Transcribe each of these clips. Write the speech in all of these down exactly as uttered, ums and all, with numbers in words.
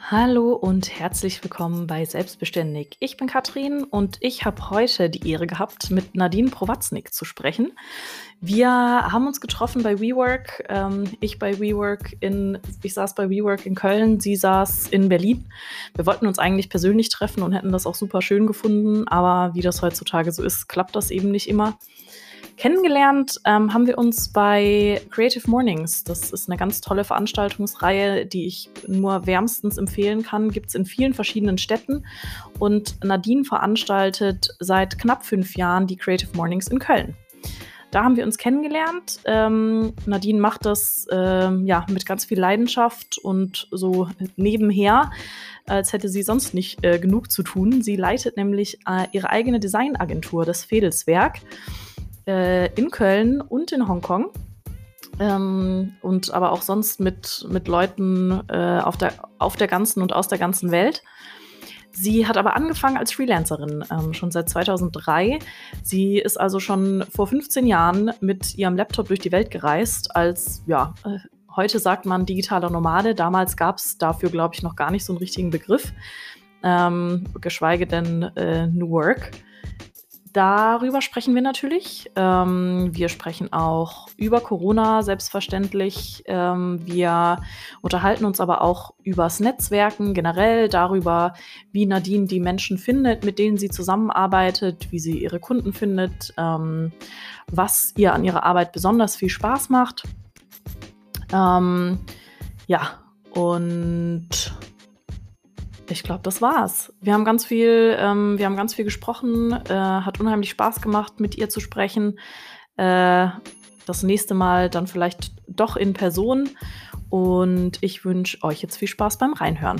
Hallo und herzlich willkommen bei Selbstbeständig. Ich bin Katrin und ich habe heute die Ehre gehabt, mit Nadine Prowatznik zu sprechen. Wir haben uns getroffen bei WeWork. Ähm, ich bei WeWork in, ich saß bei WeWork in Köln, sie saß in Berlin. Wir wollten uns eigentlich persönlich treffen und hätten das auch super schön gefunden, aber wie das heutzutage so ist, klappt das eben nicht immer. Kennengelernt ähm, haben wir uns bei Creative Mornings. Das ist eine ganz tolle Veranstaltungsreihe, die ich nur wärmstens empfehlen kann. Gibt es in vielen verschiedenen Städten. Und Nadine veranstaltet seit knapp fünf Jahren die Creative Mornings in Köln. Da haben wir uns kennengelernt. Ähm, Nadine macht das ähm, ja, mit ganz viel Leidenschaft und so nebenher, als hätte sie sonst nicht äh, genug zu tun. Sie leitet nämlich äh, ihre eigene Designagentur, das Fedelswerk, in Köln und in Hongkong. Ähm, und aber auch sonst mit, mit Leuten äh, auf, der, auf der ganzen und aus der ganzen Welt. Sie hat aber angefangen als Freelancerin, ähm, schon seit zweitausenddrei. Sie ist also schon vor fünfzehn Jahren mit ihrem Laptop durch die Welt gereist als, ja, äh, heute sagt man digitaler Nomade. Damals gab es dafür, glaube ich, noch gar nicht so einen richtigen Begriff, ähm, geschweige denn äh, New Work. Darüber sprechen wir natürlich. Ähm, wir sprechen auch über Corona, selbstverständlich. Ähm, wir unterhalten uns aber auch übers Netzwerken generell, darüber, wie Nadine die Menschen findet, mit denen sie zusammenarbeitet, wie sie ihre Kunden findet, ähm, was ihr an ihrer Arbeit besonders viel Spaß macht. Ähm, ja, und ich glaube, das war's. Wir haben ganz viel, ähm, wir haben ganz viel gesprochen. Äh, hat unheimlich Spaß gemacht, mit ihr zu sprechen. Äh, das nächste Mal dann vielleicht doch in Person. Und ich wünsche euch jetzt viel Spaß beim Reinhören.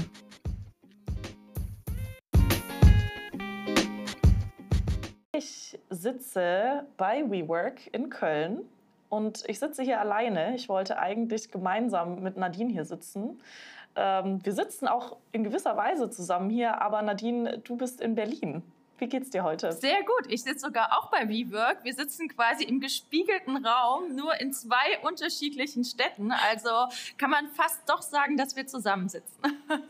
Ich sitze bei WeWork in Köln und ich sitze hier alleine. Ich wollte eigentlich gemeinsam mit Nadine hier sitzen. Ähm, wir sitzen auch in gewisser Weise zusammen hier, aber Nadine, du bist in Berlin. Wie geht's dir heute? Sehr gut. Ich sitze sogar auch bei WeWork. Wir sitzen quasi im gespiegelten Raum, nur in zwei unterschiedlichen Städten. Also kann man fast doch sagen, dass wir zusammensitzen.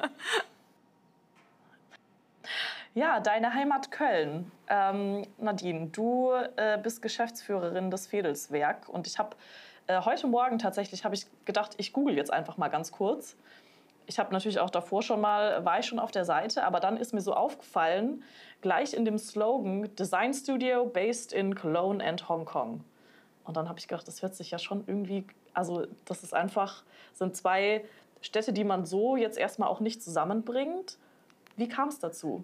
Ja, deine Heimat Köln. Ähm, Nadine, du äh, bist Geschäftsführerin des Fedelswerk und ich habe äh, heute Morgen tatsächlich habe ich gedacht, ich google jetzt einfach mal ganz kurz. Ich habe natürlich auch davor schon mal, war ich schon auf der Seite, aber dann ist mir so aufgefallen, gleich in dem Slogan Design Studio based in Cologne and Hong Kong. Und dann habe ich gedacht, das wird sich ja schon irgendwie, also das ist einfach, sind zwei Städte, die man so jetzt erstmal auch nicht zusammenbringt. Wie kam es dazu?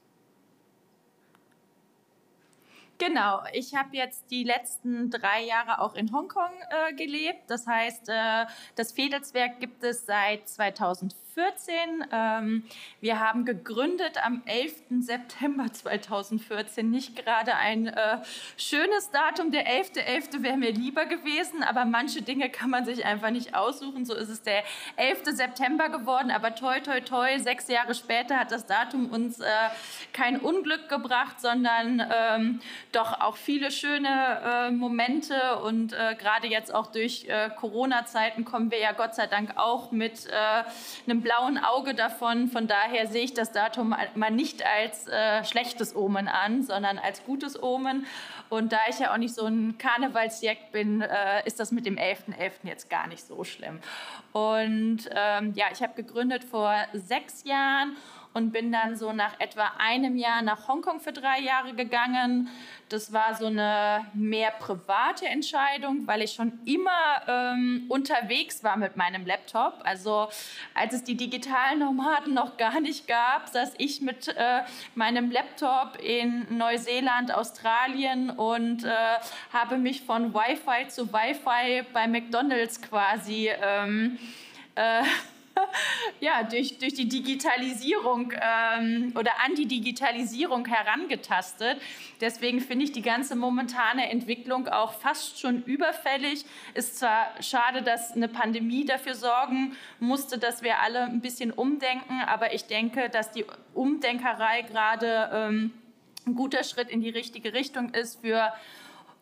Genau, ich habe jetzt die letzten drei Jahre auch in Hongkong äh, gelebt. Das heißt, äh, das Fedelswerk gibt es seit zweitausendvierzehn. Ähm, wir haben gegründet am elften September zweitausendvierzehn. Nicht gerade ein äh, schönes Datum, der elfte elfte wäre mir lieber gewesen, aber manche Dinge kann man sich einfach nicht aussuchen. So ist es der elfte September geworden, aber toi, toi, toi, sechs Jahre später hat das Datum uns äh, kein Unglück gebracht, sondern ähm, doch auch viele schöne äh, Momente und äh, gerade jetzt auch durch äh, Corona-Zeiten kommen wir ja Gott sei Dank auch mit äh, einem blauen Auge davon. Von daher sehe ich das Datum mal nicht als äh, schlechtes Omen an, sondern als gutes Omen. Und da ich ja auch nicht so ein Karnevalsjäck bin, äh, ist das mit dem elften elften jetzt gar nicht so schlimm. Und ähm, ja, ich habe gegründet vor sechs Jahren und bin dann so nach etwa einem Jahr nach Hongkong für drei Jahre gegangen. Das war so eine mehr private Entscheidung, weil ich schon immer ähm, unterwegs war mit meinem Laptop. Also als es die digitalen Nomaden noch gar nicht gab, saß ich mit äh, meinem Laptop in Neuseeland, Australien und äh, habe mich von Wi-Fi zu Wi-Fi bei McDonald's quasi ähm, äh, ja, durch, durch die Digitalisierung ähm, oder an die Digitalisierung herangetastet. Deswegen finde ich die ganze momentane Entwicklung auch fast schon überfällig. Ist zwar schade, dass eine Pandemie dafür sorgen musste, dass wir alle ein bisschen umdenken, aber ich denke, dass die Umdenkerei gerade ähm, ein guter Schritt in die richtige Richtung ist für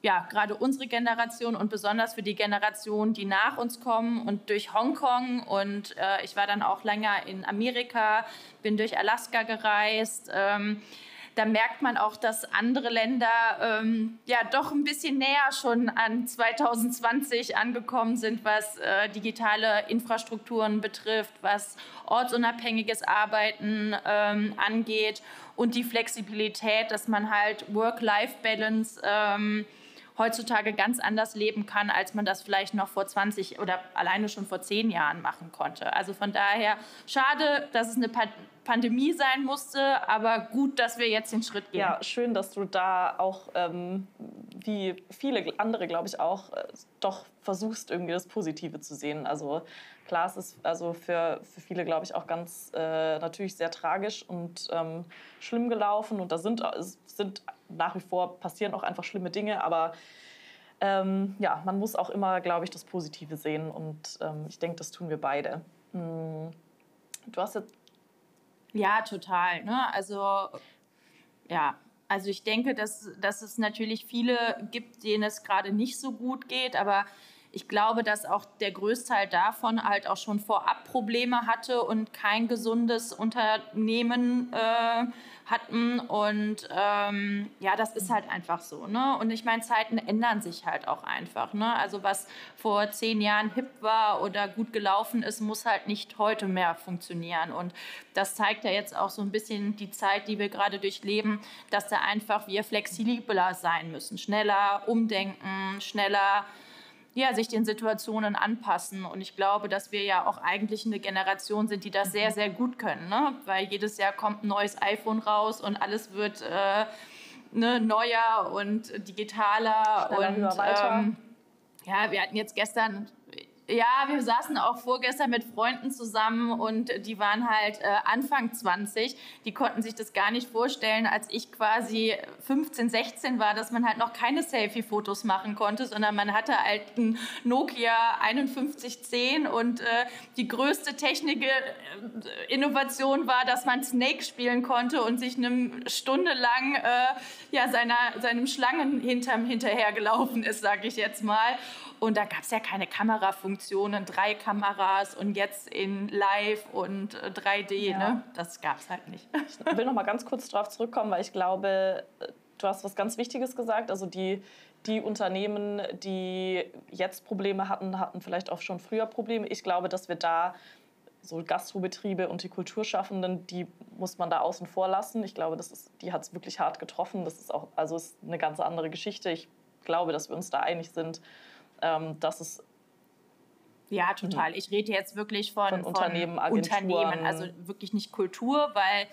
ja, gerade unsere Generation und besonders für die Generation, die nach uns kommen und durch Hongkong und äh, ich war dann auch länger in Amerika, bin durch Alaska gereist. Ähm, da merkt man auch, dass andere Länder ähm, ja doch ein bisschen näher schon an zwanzig zwanzig angekommen sind, was äh, digitale Infrastrukturen betrifft, was ortsunabhängiges Arbeiten ähm, angeht und die Flexibilität, dass man halt Work-Life-Balance ähm, heutzutage ganz anders leben kann, als man das vielleicht noch vor zwanzig oder alleine schon vor zehn Jahren machen konnte. Also von daher schade, dass es eine pa Pandemie sein musste, aber gut, dass wir jetzt den Schritt gehen. Ja, schön, dass du da auch, ähm, wie viele andere, glaube ich auch, äh, doch versuchst, irgendwie das Positive zu sehen. Also klar, es ist also für, für viele, glaube ich, auch ganz äh, natürlich sehr tragisch und ähm, schlimm gelaufen. Und da sind, sind nach wie vor passieren auch einfach schlimme Dinge, aber ähm, ja, man muss auch immer, glaube ich, das Positive sehen. Und ähm, ich denke, das tun wir beide. Hm. Du hast jetzt Ja, total. Ne? Also, ja, also ich denke, dass, dass es natürlich viele gibt, denen es gerade nicht so gut geht, aber ich glaube, dass auch der Größteil davon halt auch schon vorab Probleme hatte und kein gesundes Unternehmen äh, hatten. Und ähm, ja, das ist halt einfach so. Ne? Und ich meine, Zeiten ändern sich halt auch einfach. Ne? Also was vor zehn Jahren hip war oder gut gelaufen ist, muss halt nicht heute mehr funktionieren. Und das zeigt ja jetzt auch so ein bisschen die Zeit, die wir gerade durchleben, dass da einfach wir flexibler sein müssen. Schneller umdenken, schneller ja, sich den Situationen anpassen. Und ich glaube, dass wir ja auch eigentlich eine Generation sind, die das sehr, sehr gut können. Ne? Weil jedes Jahr kommt ein neues iPhone raus und alles wird äh, ne, neuer und digitaler. Schneller, und höher, weiter. Ähm, ja, wir hatten jetzt gestern... Ja, wir saßen auch vorgestern mit Freunden zusammen und die waren halt äh, Anfang zwanzig. Die konnten sich das gar nicht vorstellen, als ich quasi fünfzehn, sechzehn war, dass man halt noch keine Selfie-Fotos machen konnte, sondern man hatte halt ein Nokia einundfünfzig zehn und äh, die größte Technik-Innovation war, dass man Snake spielen konnte und sich eine Stunde lang äh, ja, seiner, seinem Schlangenhintern hinterhergelaufen ist, sage ich jetzt mal. Und da gab es ja keine Kamerafunktionen, drei Kameras und jetzt in Live und drei D, ja. Ne? Das gab es halt nicht. Ich will noch mal ganz kurz darauf zurückkommen, weil ich glaube, du hast was ganz Wichtiges gesagt. Also die, die Unternehmen, die jetzt Probleme hatten, hatten vielleicht auch schon früher Probleme. Ich glaube, dass wir da so Gastrobetriebe und die Kulturschaffenden, die muss man da außen vor lassen. Ich glaube, das ist, die hat es wirklich hart getroffen. Das ist auch, also ist eine ganz andere Geschichte. Ich glaube, dass wir uns da einig sind. Ähm, dass es ja, total. Ich rede jetzt wirklich von, von Unternehmen, von Unternehmen, also wirklich nicht Kultur, weil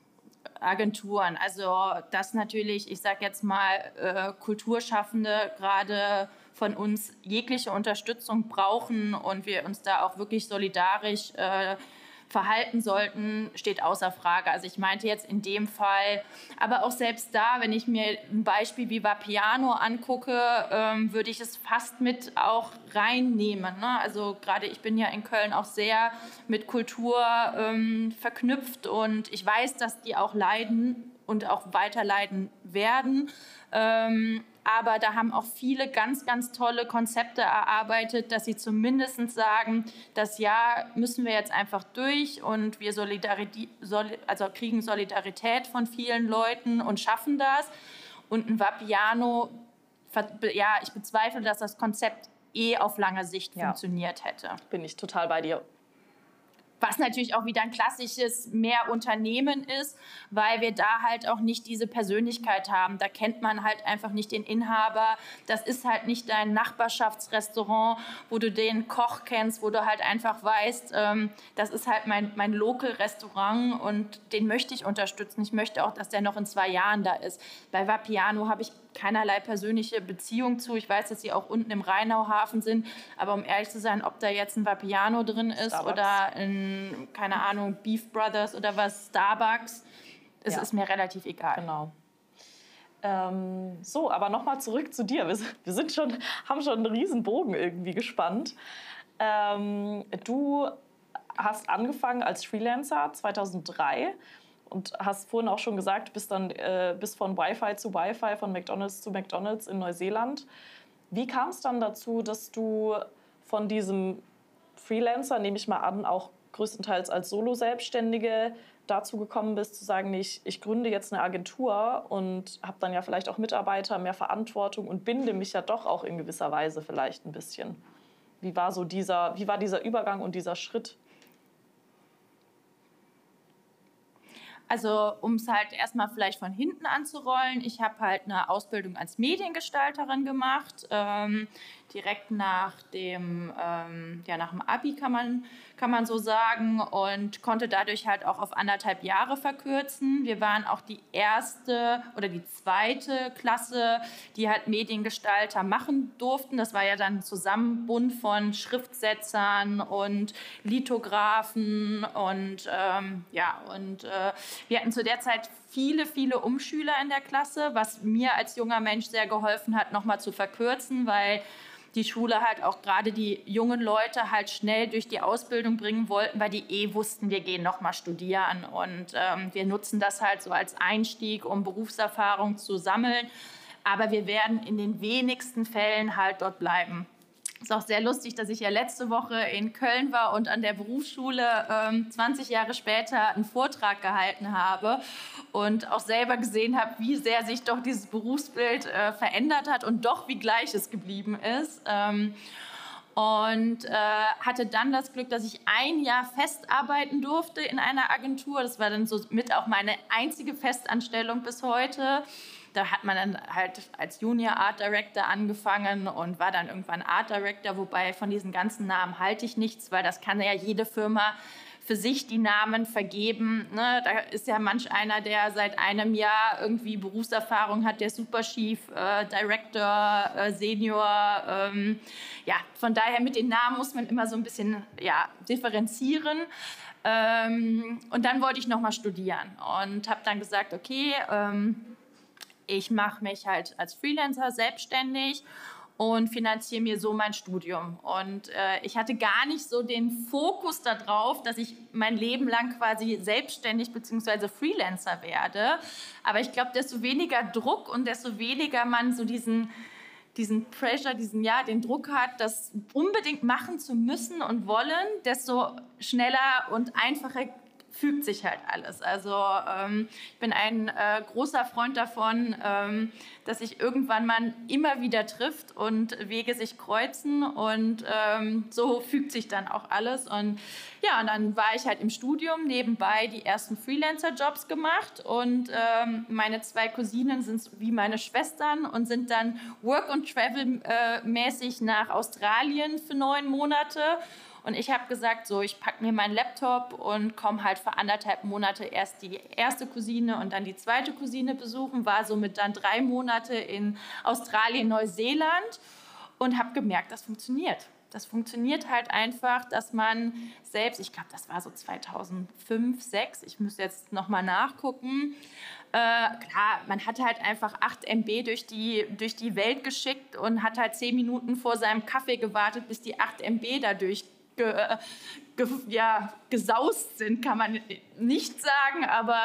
Agenturen, also das natürlich, ich sage jetzt mal, äh, Kulturschaffende gerade von uns jegliche Unterstützung brauchen und wir uns da auch wirklich solidarisch äh, verhalten sollten, steht außer Frage. Also ich meinte jetzt in dem Fall, aber auch selbst da, wenn ich mir ein Beispiel wie Vapiano angucke, ähm, würde ich es fast mit auch reinnehmen. Ne? Also gerade ich bin ja in Köln auch sehr mit Kultur ähm, verknüpft und ich weiß, dass die auch leiden und auch weiter leiden werden. Ähm, aber da haben auch viele ganz, ganz tolle Konzepte erarbeitet, dass sie zumindest sagen, das Jahr müssen wir jetzt einfach durch und wir Solidarität, also kriegen Solidarität von vielen Leuten und schaffen das. Und ein Vapiano, ja, ich bezweifle, dass das Konzept eh auf lange Sicht ja. funktioniert hätte. Bin ich total bei dir. Was natürlich auch wieder ein klassisches Mehrunternehmen ist, weil wir da halt auch nicht diese Persönlichkeit haben. Da kennt man halt einfach nicht den Inhaber. Das ist halt nicht dein Nachbarschaftsrestaurant, wo du den Koch kennst, wo du halt einfach weißt, ähm, das ist halt mein, mein Local-Restaurant und den möchte ich unterstützen. Ich möchte auch, dass der noch in zwei Jahren da ist. Bei Vapiano habe ich keinerlei persönliche Beziehung zu. Ich weiß, dass sie auch unten im Rheinauhafen sind, aber um ehrlich zu sein, ob da jetzt ein Vapiano drin ist Starbucks. Oder ein, keine Ahnung, Beef Brothers oder was, Starbucks, es ja. ist mir relativ egal. Genau. Ähm, so, aber nochmal zurück zu dir. Wir, wir sind schon, haben schon einen riesen Bogen irgendwie gespannt. Ähm, du hast angefangen als Freelancer zweitausenddrei und hast vorhin auch schon gesagt, du bist dann äh, bist von Wi-Fi zu Wi-Fi, von McDonald's zu McDonald's in Neuseeland. Wie kam es dann dazu, dass du von diesem Freelancer, nehme ich mal an, auch größtenteils als Solo-Selbstständige, dazu gekommen bist, zu sagen, ich, ich gründe jetzt eine Agentur und habe dann ja vielleicht auch Mitarbeiter, mehr Verantwortung und binde mich ja doch auch in gewisser Weise vielleicht ein bisschen. Wie war so dieser, wie war dieser Übergang und dieser Schritt? Also um es halt erstmal vielleicht von hinten anzurollen, ich habe halt eine Ausbildung als Mediengestalterin gemacht, ähm, direkt nach dem, ähm, ja, nach dem Abi kann man, kann man so sagen, und konnte dadurch halt auch auf anderthalb Jahre verkürzen. Wir waren auch die erste oder die zweite Klasse, die halt Mediengestalter machen durften. Das war ja dann ein Zusammenbund von Schriftsetzern und Lithografen und ähm, ja, und äh, wir hatten zu der Zeit viele, viele Umschüler in der Klasse, was mir als junger Mensch sehr geholfen hat, nochmal zu verkürzen, weil die Schule halt auch gerade die jungen Leute halt schnell durch die Ausbildung bringen wollten, weil die eh wussten, wir gehen nochmal studieren und ähm, wir nutzen das halt so als Einstieg, um Berufserfahrung zu sammeln. Aber wir werden in den wenigsten Fällen halt dort bleiben. Es ist auch sehr lustig, dass ich ja letzte Woche in Köln war und an der Berufsschule ähm, zwanzig Jahre später einen Vortrag gehalten habe und auch selber gesehen habe, wie sehr sich doch dieses Berufsbild äh, verändert hat und doch wie gleich es geblieben ist. Ähm, und äh, hatte dann das Glück, dass ich ein Jahr fest arbeiten durfte in einer Agentur. Das war dann so mit auch meine einzige Festanstellung bis heute. Da hat man dann halt als Junior Art Director angefangen und war dann irgendwann Art Director, wobei von diesen ganzen Namen halte ich nichts, weil das kann ja jede Firma für sich die Namen vergeben. Ne? Da ist ja manch einer, der seit einem Jahr irgendwie Berufserfahrung hat, der Super Chief, äh, Director, äh, Senior. Ähm, ja, von daher mit den Namen muss man immer so ein bisschen ja, differenzieren. Ähm, und dann wollte ich nochmal studieren und habe dann gesagt, okay, ähm, ich mache mich halt als Freelancer selbstständig und finanziere mir so mein Studium. Und äh, ich hatte gar nicht so den Fokus darauf, dass ich mein Leben lang quasi selbstständig bzw. Freelancer werde. Aber ich glaube, desto weniger Druck und desto weniger man so diesen, diesen Pressure, diesen, ja, den Druck hat, das unbedingt machen zu müssen und wollen, desto schneller und einfacher fügt sich halt alles. Also ähm, ich bin ein äh, großer Freund davon, ähm, dass sich irgendwann man immer wieder trifft und Wege sich kreuzen und ähm, so fügt sich dann auch alles. Und ja, und dann war ich halt im Studium nebenbei die ersten Freelancer-Jobs gemacht und ähm, meine zwei Cousinen sind wie meine Schwestern und sind dann Work- und Travel-mäßig nach Australien für neun Monate. Und ich habe gesagt, so, ich packe mir meinen Laptop und komme halt für anderthalb Monate erst die erste Cousine und dann die zweite Cousine besuchen, war somit dann drei Monate in Australien, Neuseeland und habe gemerkt, das funktioniert. Das funktioniert halt einfach, dass man selbst, ich glaube, das war so zweitausendfünf, zweitausendsechs, ich müsste jetzt nochmal nachgucken, äh, klar, man hat halt einfach acht Megabyte durch die, durch die Welt geschickt und hat halt zehn Minuten vor seinem Kaffee gewartet, bis die acht Megabyte da durch Ge, ge, ja, gesaust sind, kann man nicht sagen, aber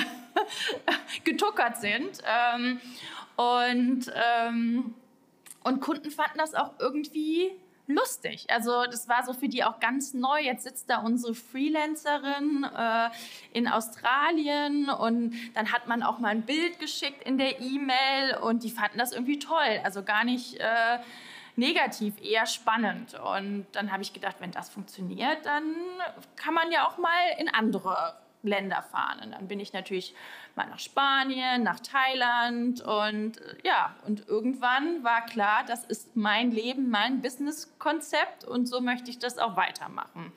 äh, getuckert sind. Ähm, und, ähm, und Kunden fanden das auch irgendwie lustig. Also das war so für die auch ganz neu. Jetzt sitzt da unsere Freelancerin äh, in Australien und dann hat man auch mal ein Bild geschickt in der E-Mail und die fanden das irgendwie toll. Also gar nicht Äh, negativ, eher spannend. Und dann habe ich gedacht, wenn das funktioniert, dann kann man ja auch mal in andere Länder fahren. Und dann bin ich natürlich mal nach Spanien, nach Thailand und ja, und irgendwann war klar, das ist mein Leben, mein Businesskonzept und so möchte ich das auch weitermachen.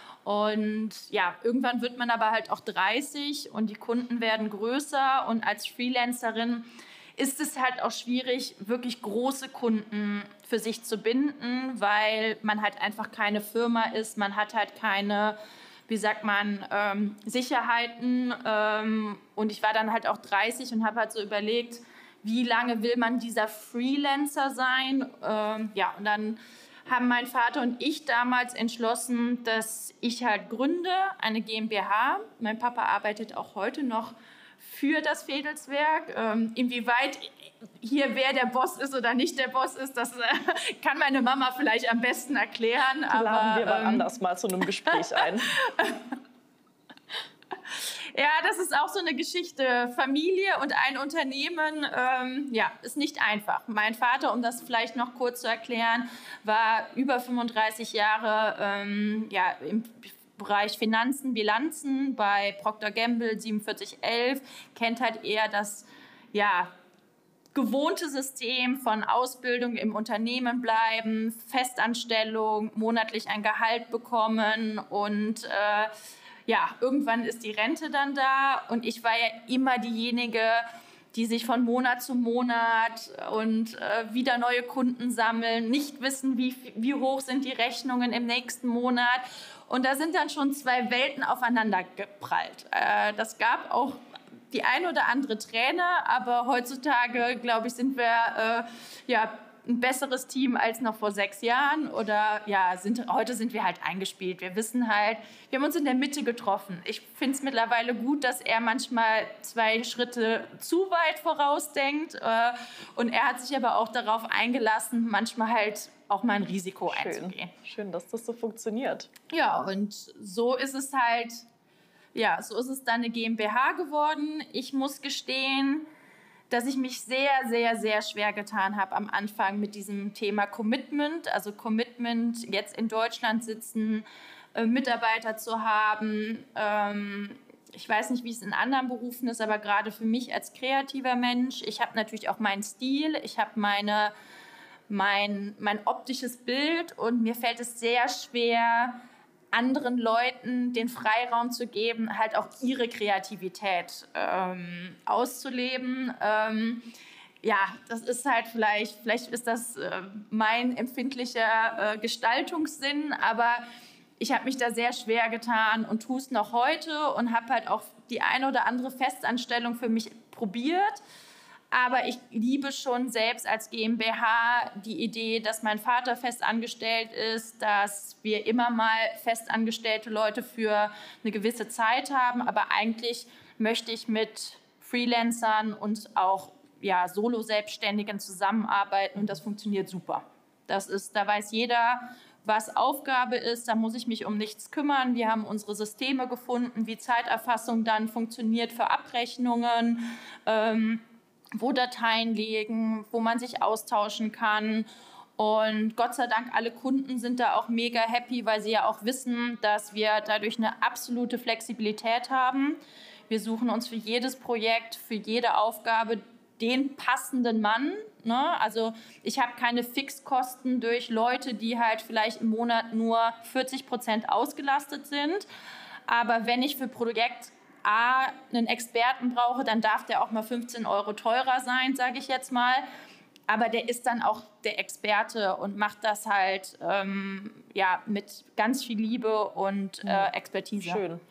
Und ja, irgendwann wird man aber halt auch dreißig und die Kunden werden größer und als Freelancerin ist es halt auch schwierig, wirklich große Kunden für sich zu binden, weil man halt einfach keine Firma ist, man hat halt keine, wie sagt man, ähm, Sicherheiten. Ähm, und ich war dann halt auch dreißig und habe halt so überlegt, wie lange will man dieser Freelancer sein? Ähm, ja, und dann haben mein Vater und ich damals entschlossen, dass ich halt gründe, eine GmbH. Mein Papa arbeitet auch heute noch für das Veedelswerk. Ähm, inwieweit hier wer der Boss ist oder nicht der Boss ist, das äh, kann meine Mama vielleicht am besten erklären. Die aber, laden wir mal ähm, anders mal zu einem Gespräch ein. Ja, das ist auch so eine Geschichte. Familie und ein Unternehmen, ähm, ja, ist nicht einfach. Mein Vater, um das vielleicht noch kurz zu erklären, war über fünfunddreißig Jahre ähm, ja, im Bereich Finanzen, Bilanzen bei Procter Gamble siebenundvierzig elf, kennt halt eher das, ja, gewohnte System von Ausbildung im Unternehmen bleiben, Festanstellung, monatlich ein Gehalt bekommen und äh, ja, irgendwann ist die Rente dann da und ich war ja immer diejenige, die sich von Monat zu Monat und äh, wieder neue Kunden sammeln, nicht wissen, wie, wie hoch sind die Rechnungen im nächsten Monat. Und da sind dann schon zwei Welten aufeinander geprallt. Äh, das gab auch die ein oder andere Träne, aber heutzutage, glaube ich, sind wir äh, ja ein besseres Team als noch vor sechs Jahren oder ja, sind, heute sind wir halt eingespielt. Wir wissen halt, wir haben uns in der Mitte getroffen. Ich finde es mittlerweile gut, dass er manchmal zwei Schritte zu weit vorausdenkt äh, und er hat sich aber auch darauf eingelassen, manchmal halt auch mal ein Risiko Schön. einzugehen. Schön, dass das so funktioniert. Ja, und so ist es halt, ja, so ist es dann eine GmbH geworden. Ich muss gestehen, dass ich mich sehr, sehr, sehr schwer getan habe am Anfang mit diesem Thema Commitment. Also Commitment, jetzt in Deutschland sitzen, äh, Mitarbeiter zu haben. Ähm, ich weiß nicht, wie es in anderen Berufen ist, aber gerade für mich als kreativer Mensch, ich habe natürlich auch meinen Stil, ich habe meine, mein, mein optisches Bild und mir fällt es sehr schwer, anderen Leuten den Freiraum zu geben, halt auch ihre Kreativität ähm, auszuleben. Ähm, ja, das ist halt vielleicht, vielleicht ist das äh, mein empfindlicher äh, Gestaltungssinn, aber ich habe mich da sehr schwer getan und tue es noch heute und habe halt auch die eine oder andere Festanstellung für mich probiert. Aber ich liebe schon selbst als GmbH die Idee, dass mein Vater festangestellt ist, dass wir immer mal festangestellte Leute für eine gewisse Zeit haben. Aber eigentlich möchte ich mit Freelancern und auch ja, Solo-Selbstständigen zusammenarbeiten und das funktioniert super. Das ist, da weiß jeder, was Aufgabe ist, da muss ich mich um nichts kümmern. Wir haben unsere Systeme gefunden, wie Zeiterfassung dann funktioniert für Abrechnungen, ähm, wo Dateien liegen, wo man sich austauschen kann. Und Gott sei Dank, alle Kunden sind da auch mega happy, weil sie ja auch wissen, dass wir dadurch eine absolute Flexibilität haben. Wir suchen uns für jedes Projekt, für jede Aufgabe den passenden Mann. Ne? Also ich habe keine Fixkosten durch Leute, die halt vielleicht im Monat nur vierzig Prozent ausgelastet sind. Aber wenn ich für Projekt A, einen Experten brauche, dann darf der auch mal fünfzehn Euro teurer sein, sage ich jetzt mal. Aber der ist dann auch der Experte und macht das halt ähm, ja, mit ganz viel Liebe und äh, Expertise. Schön.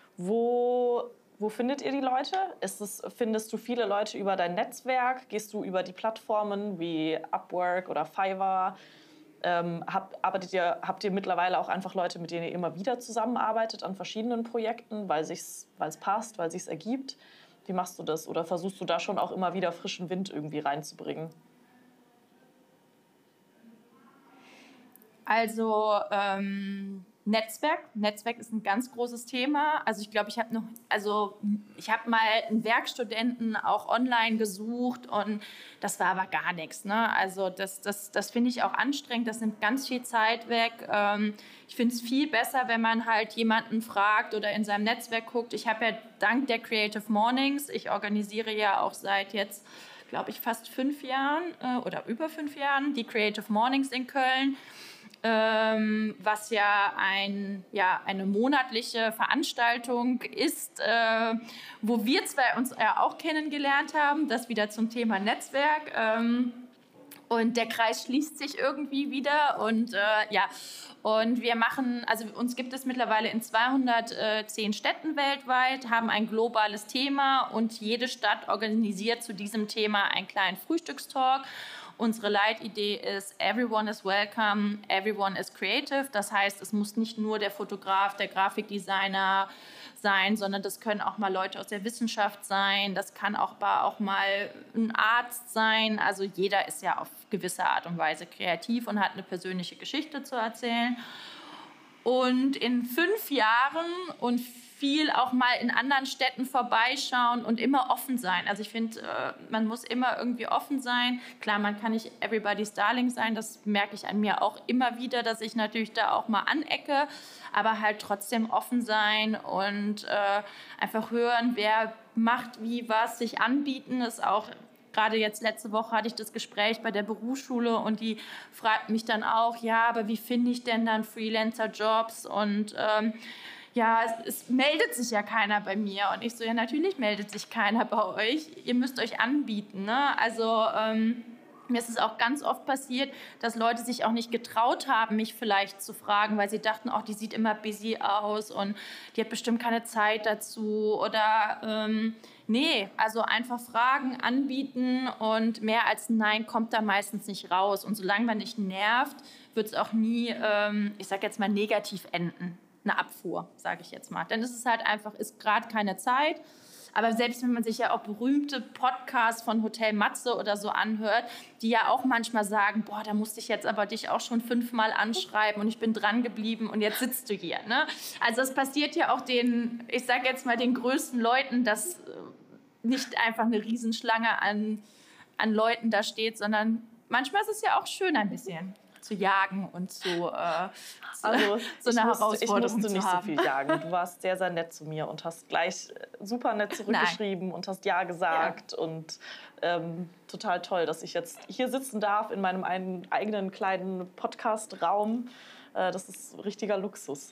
Wo, wo findet ihr die Leute? Ist es, findest du viele Leute über dein Netzwerk? Gehst du über die Plattformen wie Upwork oder Fiverr? Ähm, habt, arbeitet ihr, habt ihr mittlerweile auch einfach Leute, mit denen ihr immer wieder zusammenarbeitet an verschiedenen Projekten, weil es passt, weil es sich ergibt? Wie machst du das? Oder versuchst du da schon auch immer wieder frischen Wind irgendwie reinzubringen? Also ähm, Netzwerk. Netzwerk ist ein ganz großes Thema. Also ich glaube, ich habe noch, also ich habe mal einen Werkstudenten auch online gesucht und das war aber gar nichts. Ne? Also das, das, das finde ich auch anstrengend. Das nimmt ganz viel Zeit weg. Ähm, ich finde es viel besser, wenn man halt jemanden fragt oder in seinem Netzwerk guckt. Ich habe ja dank der Creative Mornings, ich organisiere ja auch seit jetzt, glaube ich, fast fünf Jahren äh, oder über fünf Jahren die Creative Mornings in Köln. Ähm, was ja, ein, ja eine monatliche Veranstaltung ist, äh, wo wir zwei uns ja auch kennengelernt haben, das wieder zum Thema Netzwerk. Ähm, und der Kreis schließt sich irgendwie wieder und äh, ja, und wir machen, also uns gibt es mittlerweile in zweihundertzehn Städten weltweit, haben ein globales Thema und jede Stadt organisiert zu diesem Thema einen kleinen Frühstückstalk. Unsere Leitidee ist, everyone is welcome, everyone is creative. Das heißt, es muss nicht nur der Fotograf, der Grafikdesigner sein, sondern das können auch mal Leute aus der Wissenschaft sein, das kann auch, auch mal ein Arzt sein. Also jeder ist ja auf gewisse Art und Weise kreativ und hat eine persönliche Geschichte zu erzählen. Und in fünf Jahren und viel auch mal in anderen Städten vorbeischauen und immer offen sein. Also ich finde, man muss immer irgendwie offen sein. Klar, man kann nicht everybody's darling sein, das merke ich an mir auch immer wieder, dass ich natürlich da auch mal anecke, aber halt trotzdem offen sein und äh, einfach hören, wer macht wie was, sich anbieten, ist auch. Gerade jetzt letzte Woche hatte ich das Gespräch bei der Berufsschule und die fragt mich dann auch, ja, aber wie finde ich denn dann Freelancer-Jobs? Und ähm, ja, es, es meldet sich ja keiner bei mir. Und ich so, ja, natürlich meldet sich keiner bei euch. Ihr müsst euch anbieten, ne? Also ähm, mir ist es auch ganz oft passiert, dass Leute sich auch nicht getraut haben, mich vielleicht zu fragen, weil sie dachten, oh, die sieht immer busy aus und die hat bestimmt keine Zeit dazu. Oder ähm, nee, also einfach fragen, anbieten und mehr als ein Nein kommt da meistens nicht raus. Und solange man nicht nervt, wird es auch nie, ähm, ich sage jetzt mal, negativ enden. Eine Abfuhr, sage ich jetzt mal. Denn es ist halt einfach, ist gerade keine Zeit. Aber selbst wenn man sich ja auch berühmte Podcasts von Hotel Matze oder so anhört, die ja auch manchmal sagen, boah, da musste ich jetzt aber dich auch schon fünfmal anschreiben und ich bin dran geblieben und jetzt sitzt du hier. Ne? Also es passiert ja auch den, ich sage jetzt mal den größten Leuten, dass nicht einfach eine Riesenschlange an, an Leuten da steht, sondern manchmal ist es ja auch schön ein bisschen zu jagen und zu, äh, also, so eine musste, Herausforderung ich musste zu nicht haben. so viel jagen. Du warst sehr, sehr nett zu mir und hast gleich super nett zurückgeschrieben Nein. und hast Ja gesagt. Ja. Und ähm, total toll, dass ich jetzt hier sitzen darf in meinem einen, eigenen kleinen Podcast-Raum. Äh, das ist richtiger Luxus.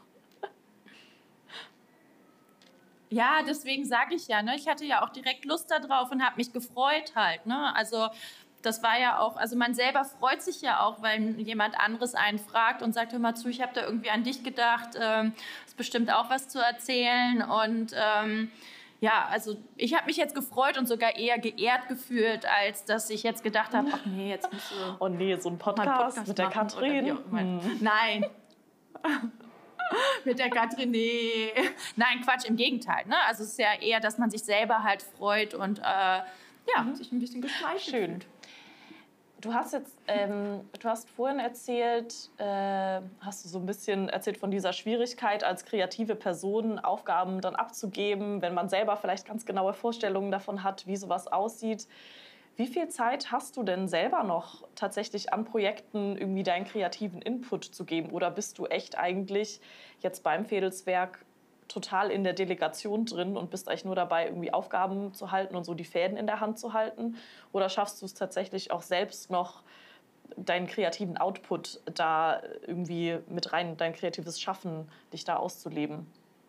Ja, deswegen sage ich ja, ne, ich hatte ja auch direkt Lust darauf und habe mich gefreut halt. Ne? Also das war ja auch, also man selber freut sich ja auch, weil jemand anderes einen fragt und sagt, hör mal zu, ich habe da irgendwie an dich gedacht, ähm, ist bestimmt auch was zu erzählen. Und ähm, ja, also ich habe mich jetzt gefreut und sogar eher geehrt gefühlt, als dass ich jetzt gedacht habe, ach nee, jetzt musst du... Oh nee, so ein Podcast, Podcast mit der Katrin. Hm. Nein. Mit der Katrin, nee. Nein, Quatsch, im Gegenteil. Ne? Also es ist ja eher, dass man sich selber halt freut und äh, ja, mhm. sich ein bisschen geschmeichelt Schön. Fühlt. Du hast jetzt, ähm, du hast vorhin erzählt, äh, hast du so ein bisschen erzählt von dieser Schwierigkeit, als kreative Person Aufgaben dann abzugeben, wenn man selber vielleicht ganz genaue Vorstellungen davon hat, wie sowas aussieht. Wie viel Zeit hast du denn selber noch tatsächlich an Projekten irgendwie deinen kreativen Input zu geben? Oder bist du echt eigentlich jetzt beim Fädelswerk total in der Delegation drin und bist eigentlich nur dabei, irgendwie Aufgaben zu halten und so die Fäden in der Hand zu halten? Oder schaffst du es tatsächlich auch selbst noch, deinen kreativen Output da irgendwie mit rein, dein kreatives Schaffen, dich da auszuleben?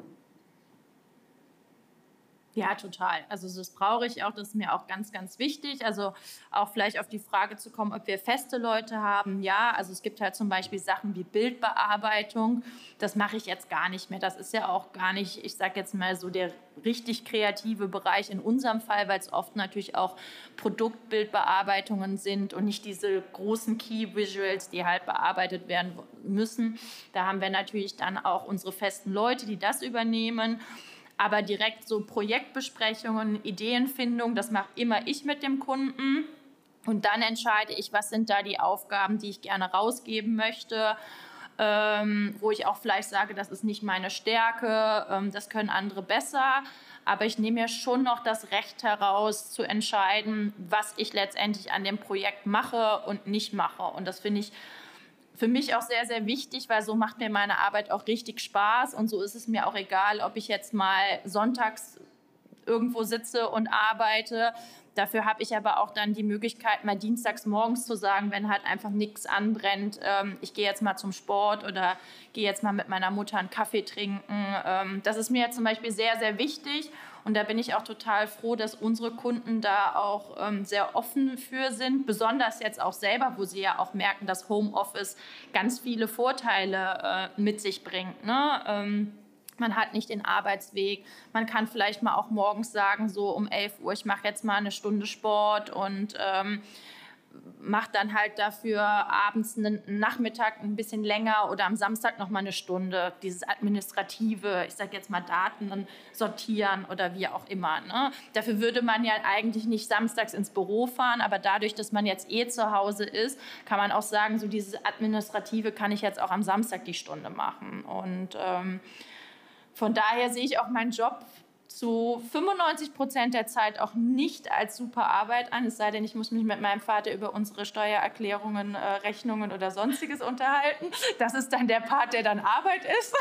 Ja, total. Also das brauche ich auch, das ist mir auch ganz, ganz wichtig. Also auch vielleicht auf die Frage zu kommen, ob wir feste Leute haben. Ja, also es gibt halt zum Beispiel Sachen wie Bildbearbeitung. Das mache ich jetzt gar nicht mehr. Das ist ja auch gar nicht, ich sage jetzt mal so, der richtig kreative Bereich in unserem Fall, weil es oft natürlich auch Produktbildbearbeitungen sind und nicht diese großen Key Visuals, die halt bearbeitet werden müssen. Da haben wir natürlich dann auch unsere festen Leute, die das übernehmen. Aber direkt so Projektbesprechungen, Ideenfindung, das mache immer ich mit dem Kunden. Und dann entscheide ich, was sind da die Aufgaben, die ich gerne rausgeben möchte, ähm, wo ich auch vielleicht sage, das ist nicht meine Stärke, ähm, das können andere besser. Aber ich nehme mir schon noch das Recht heraus, zu entscheiden, was ich letztendlich an dem Projekt mache und nicht mache. Und das finde ich für mich auch sehr, sehr wichtig, weil so macht mir meine Arbeit auch richtig Spaß und so ist es mir auch egal, ob ich jetzt mal sonntags irgendwo sitze und arbeite. Dafür habe ich aber auch dann die Möglichkeit, mal dienstags morgens zu sagen, wenn halt einfach nichts anbrennt, ähm, ich gehe jetzt mal zum Sport oder gehe jetzt mal mit meiner Mutter einen Kaffee trinken. Ähm, das ist mir jetzt zum Beispiel sehr, sehr wichtig. Und da bin ich auch total froh, dass unsere Kunden da auch ähm, sehr offen für sind. Besonders jetzt auch selber, wo sie ja auch merken, dass Homeoffice ganz viele Vorteile äh, mit sich bringt. Ne? Ähm, man hat nicht den Arbeitsweg. Man kann vielleicht mal auch morgens sagen, so um elf Uhr, ich mache jetzt mal eine Stunde Sport und ähm, mache dann halt dafür abends einen Nachmittag ein bisschen länger oder am Samstag noch mal eine Stunde. Dieses administrative, ich sage jetzt mal Daten sortieren oder wie auch immer. Ne? Dafür würde man ja eigentlich nicht samstags ins Büro fahren, aber dadurch, dass man jetzt eh zu Hause ist, kann man auch sagen, so dieses administrative kann ich jetzt auch am Samstag die Stunde machen. Und ähm, von daher sehe ich auch meinen Job zu fünfundneunzig Prozent der Zeit auch nicht als super Arbeit an, es sei denn, ich muss mich mit meinem Vater über unsere Steuererklärungen, äh, Rechnungen oder Sonstiges unterhalten. Das ist dann der Part, der dann Arbeit ist.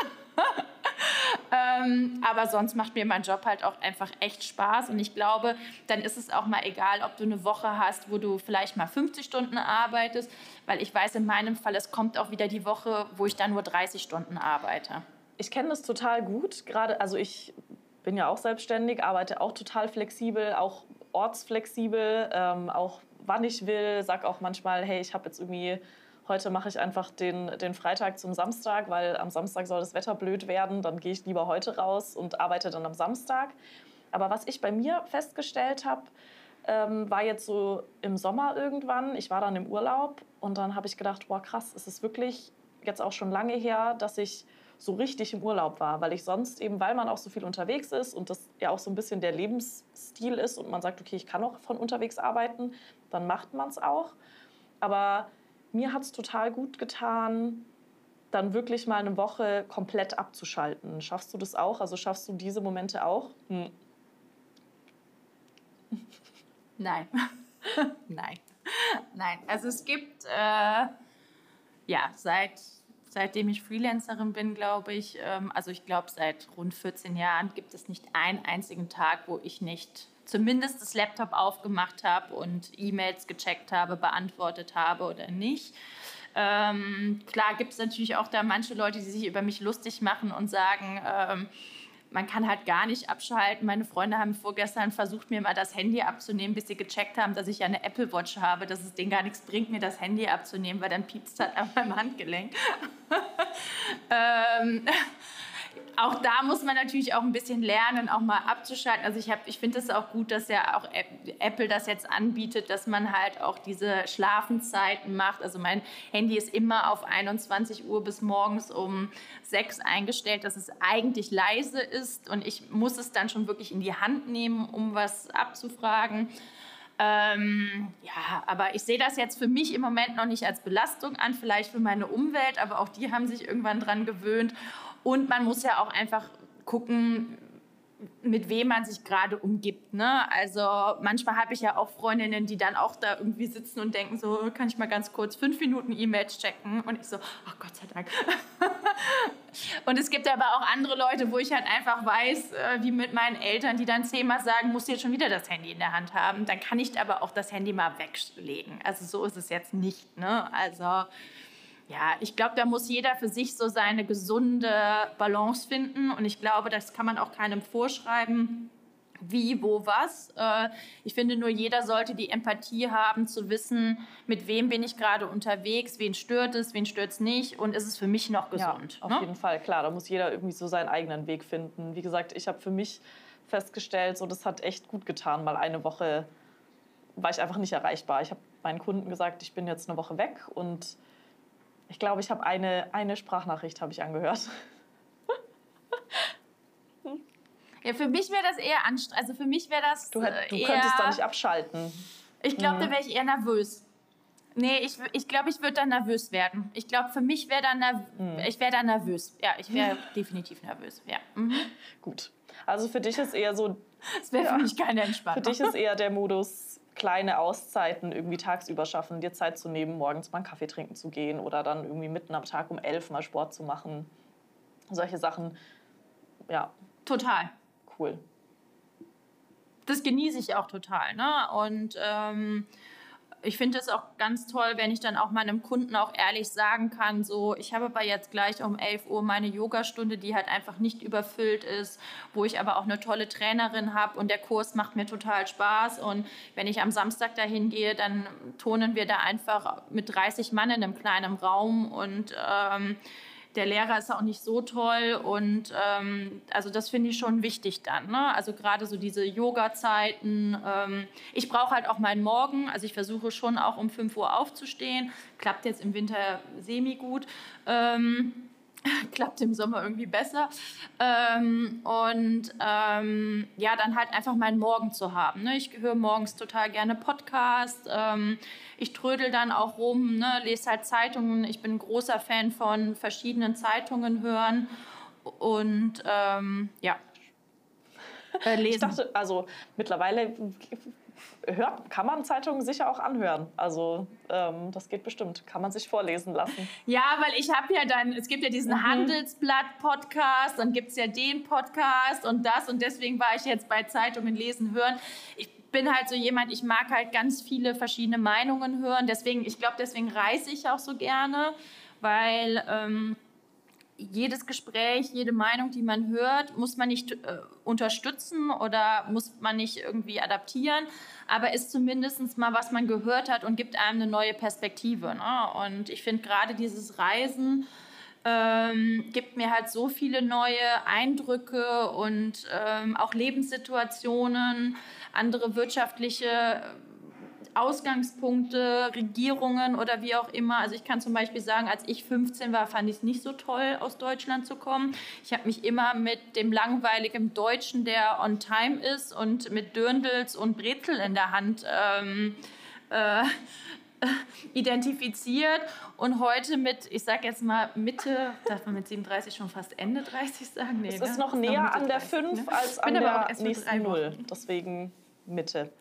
ähm, aber sonst macht mir mein Job halt auch einfach echt Spaß und ich glaube, dann ist es auch mal egal, ob du eine Woche hast, wo du vielleicht mal fünfzig Stunden arbeitest, weil ich weiß in meinem Fall, es kommt auch wieder die Woche, wo ich dann nur dreißig Stunden arbeite. Ich kenne das total gut, gerade, also ich bin ja auch selbstständig, arbeite auch total flexibel, auch ortsflexibel, ähm, auch wann ich will, sag auch manchmal, hey, ich habe jetzt irgendwie, heute mache ich einfach den, den Freitag zum Samstag, weil am Samstag soll das Wetter blöd werden, dann gehe ich lieber heute raus und arbeite dann am Samstag. Aber was ich bei mir festgestellt habe, ähm, war jetzt so im Sommer irgendwann, ich war dann im Urlaub und dann habe ich gedacht, boah krass, es ist wirklich jetzt auch schon lange her, dass ich so richtig im Urlaub war, weil ich sonst eben, weil man auch so viel unterwegs ist und das ja auch so ein bisschen der Lebensstil ist und man sagt, okay, ich kann auch von unterwegs arbeiten, dann macht man es auch. Aber mir hat es total gut getan, dann wirklich mal eine Woche komplett abzuschalten. Schaffst du das auch? Also schaffst du diese Momente auch? Hm. Nein. Nein. Nein. Also es gibt, äh, ja, seit... Seitdem ich Freelancerin bin, glaube ich, also ich glaube, seit rund vierzehn Jahren gibt es nicht einen einzigen Tag, wo ich nicht zumindest das Laptop aufgemacht habe und E-Mails gecheckt habe, beantwortet habe oder nicht. Ähm, klar gibt es natürlich auch da manche Leute, die sich über mich lustig machen und sagen, ähm, man kann halt gar nicht abschalten. Meine Freunde haben vorgestern versucht, mir mal das Handy abzunehmen, bis sie gecheckt haben, dass ich ja eine Apple Watch habe, dass es denen gar nichts bringt, mir das Handy abzunehmen, weil dann piepst es halt an meinem Handgelenk. ähm, auch da muss man natürlich auch ein bisschen lernen, auch mal abzuschalten. Also ich, hab, ich finde es auch gut, dass ja auch Apple das jetzt anbietet, dass man halt auch diese Schlafenszeiten macht. Also mein Handy ist immer auf einundzwanzig Uhr bis morgens um sechs eingestellt, dass es eigentlich leise ist und ich muss es dann schon wirklich in die Hand nehmen, um was abzufragen. Ähm, ja, aber ich sehe das jetzt für mich im Moment noch nicht als Belastung an, vielleicht für meine Umwelt, aber auch die haben sich irgendwann dran gewöhnt. Und man muss ja auch einfach gucken, mit wem man sich gerade umgibt. Ne? Also manchmal habe ich ja auch Freundinnen, die dann auch da irgendwie sitzen und denken so, kann ich mal ganz kurz fünf Minuten E-Mails checken? Und ich so, ach Gott sei Dank. Und es gibt aber auch andere Leute, wo ich halt einfach weiß, wie mit meinen Eltern, die dann zehnmal sagen, musst du jetzt schon wieder das Handy in der Hand haben. Dann kann ich aber auch das Handy mal weglegen. Also so ist es jetzt nicht. Ne? Also ja, ich glaube, da muss jeder für sich so seine gesunde Balance finden. Und ich glaube, das kann man auch keinem vorschreiben, wie, wo, was. Ich finde nur, jeder sollte die Empathie haben, zu wissen, mit wem bin ich gerade unterwegs, wen stört es, wen stört es nicht und ist es für mich noch gesund. Ja, auf ne? jeden Fall, klar, da muss jeder irgendwie so seinen eigenen Weg finden. Wie gesagt, ich habe für mich festgestellt, so, das hat echt gut getan, mal eine Woche war ich einfach nicht erreichbar. Ich habe meinen Kunden gesagt, ich bin jetzt eine Woche weg und ich glaube, ich habe eine, eine Sprachnachricht habe ich angehört. Ja, für mich wäre das eher anstrengend. Also für mich wäre das Du, hätt, du eher, könntest da nicht abschalten. Ich glaube, Mhm. da wäre ich eher nervös. Nee, ich, ich glaube, ich würde dann nervös werden. Ich glaube, für mich wäre dann nerv mhm. ich wäre dann nervös. Ja, ich wäre definitiv nervös. Ja. Mhm. Gut. Also für dich ist eher so... Das wäre ja, für mich keine Entspannung. Für dich ist eher der Modus, kleine Auszeiten irgendwie tagsüber schaffen, dir Zeit zu nehmen, morgens mal einen Kaffee trinken zu gehen oder dann irgendwie mitten am Tag um elf mal Sport zu machen. Solche Sachen, ja. Total. Cool. Das genieße ich auch total. Ne? Und ähm, ich finde es auch ganz toll, wenn ich dann auch meinem Kunden auch ehrlich sagen kann, so, ich habe aber jetzt gleich um elf Uhr meine Yogastunde, die halt einfach nicht überfüllt ist, wo ich aber auch eine tolle Trainerin habe und der Kurs macht mir total Spaß. Und wenn ich am Samstag dahin gehe, dann turnen wir da einfach mit dreißig Mann in einem kleinen Raum und ähm, der Lehrer ist auch nicht so toll und ähm, also das finde ich schon wichtig dann, ne? Also gerade so diese Yoga-Zeiten. Ähm, ich brauche halt auch meinen Morgen, also ich versuche schon auch um fünf Uhr aufzustehen. Klappt jetzt im Winter semi gut. Ähm, klappt im Sommer irgendwie besser. Ähm, und ähm, ja, dann halt einfach meinen Morgen zu haben. Ne? Ich höre morgens total gerne Podcast. Ähm, ich trödel dann auch rum, ne? Lese halt Zeitungen. Ich bin ein großer Fan von verschiedenen Zeitungen hören. Und ähm, ja, äh, lesen. Ich dachte, also mittlerweile hört, kann man Zeitungen sicher auch anhören. Also ähm, das geht bestimmt. Kann man sich vorlesen lassen. Ja, weil ich habe ja dann, es gibt ja diesen mhm. Handelsblatt-Podcast, dann gibt es ja den Podcast und das. Und deswegen war ich jetzt bei Zeitungen lesen, hören. Ich bin halt so jemand, ich mag halt ganz viele verschiedene Meinungen hören. Deswegen, ich glaube, deswegen reise ich auch so gerne, weil ähm, jedes Gespräch, jede Meinung, die man hört, muss man nicht äh, unterstützen oder muss man nicht irgendwie adaptieren, aber ist zumindest mal, was man gehört hat und gibt einem eine neue Perspektive. Ne? Und ich finde gerade dieses Reisen ähm, gibt mir halt so viele neue Eindrücke und ähm, auch Lebenssituationen, andere wirtschaftliche Ausgangspunkte, Regierungen oder wie auch immer. Also ich kann zum Beispiel sagen, als ich fünfzehn war, fand ich es nicht so toll, aus Deutschland zu kommen. Ich habe mich immer mit dem langweiligen Deutschen, der on time ist und mit Dirndls und Brezel in der Hand ähm, äh, identifiziert. Und heute mit, ich sage jetzt mal Mitte, darf man mit siebenunddreißig schon fast Ende dreißig sagen? Nee, es ne? ist noch näher noch an der fünf ne? als an der nächsten Null. Deswegen Mitte.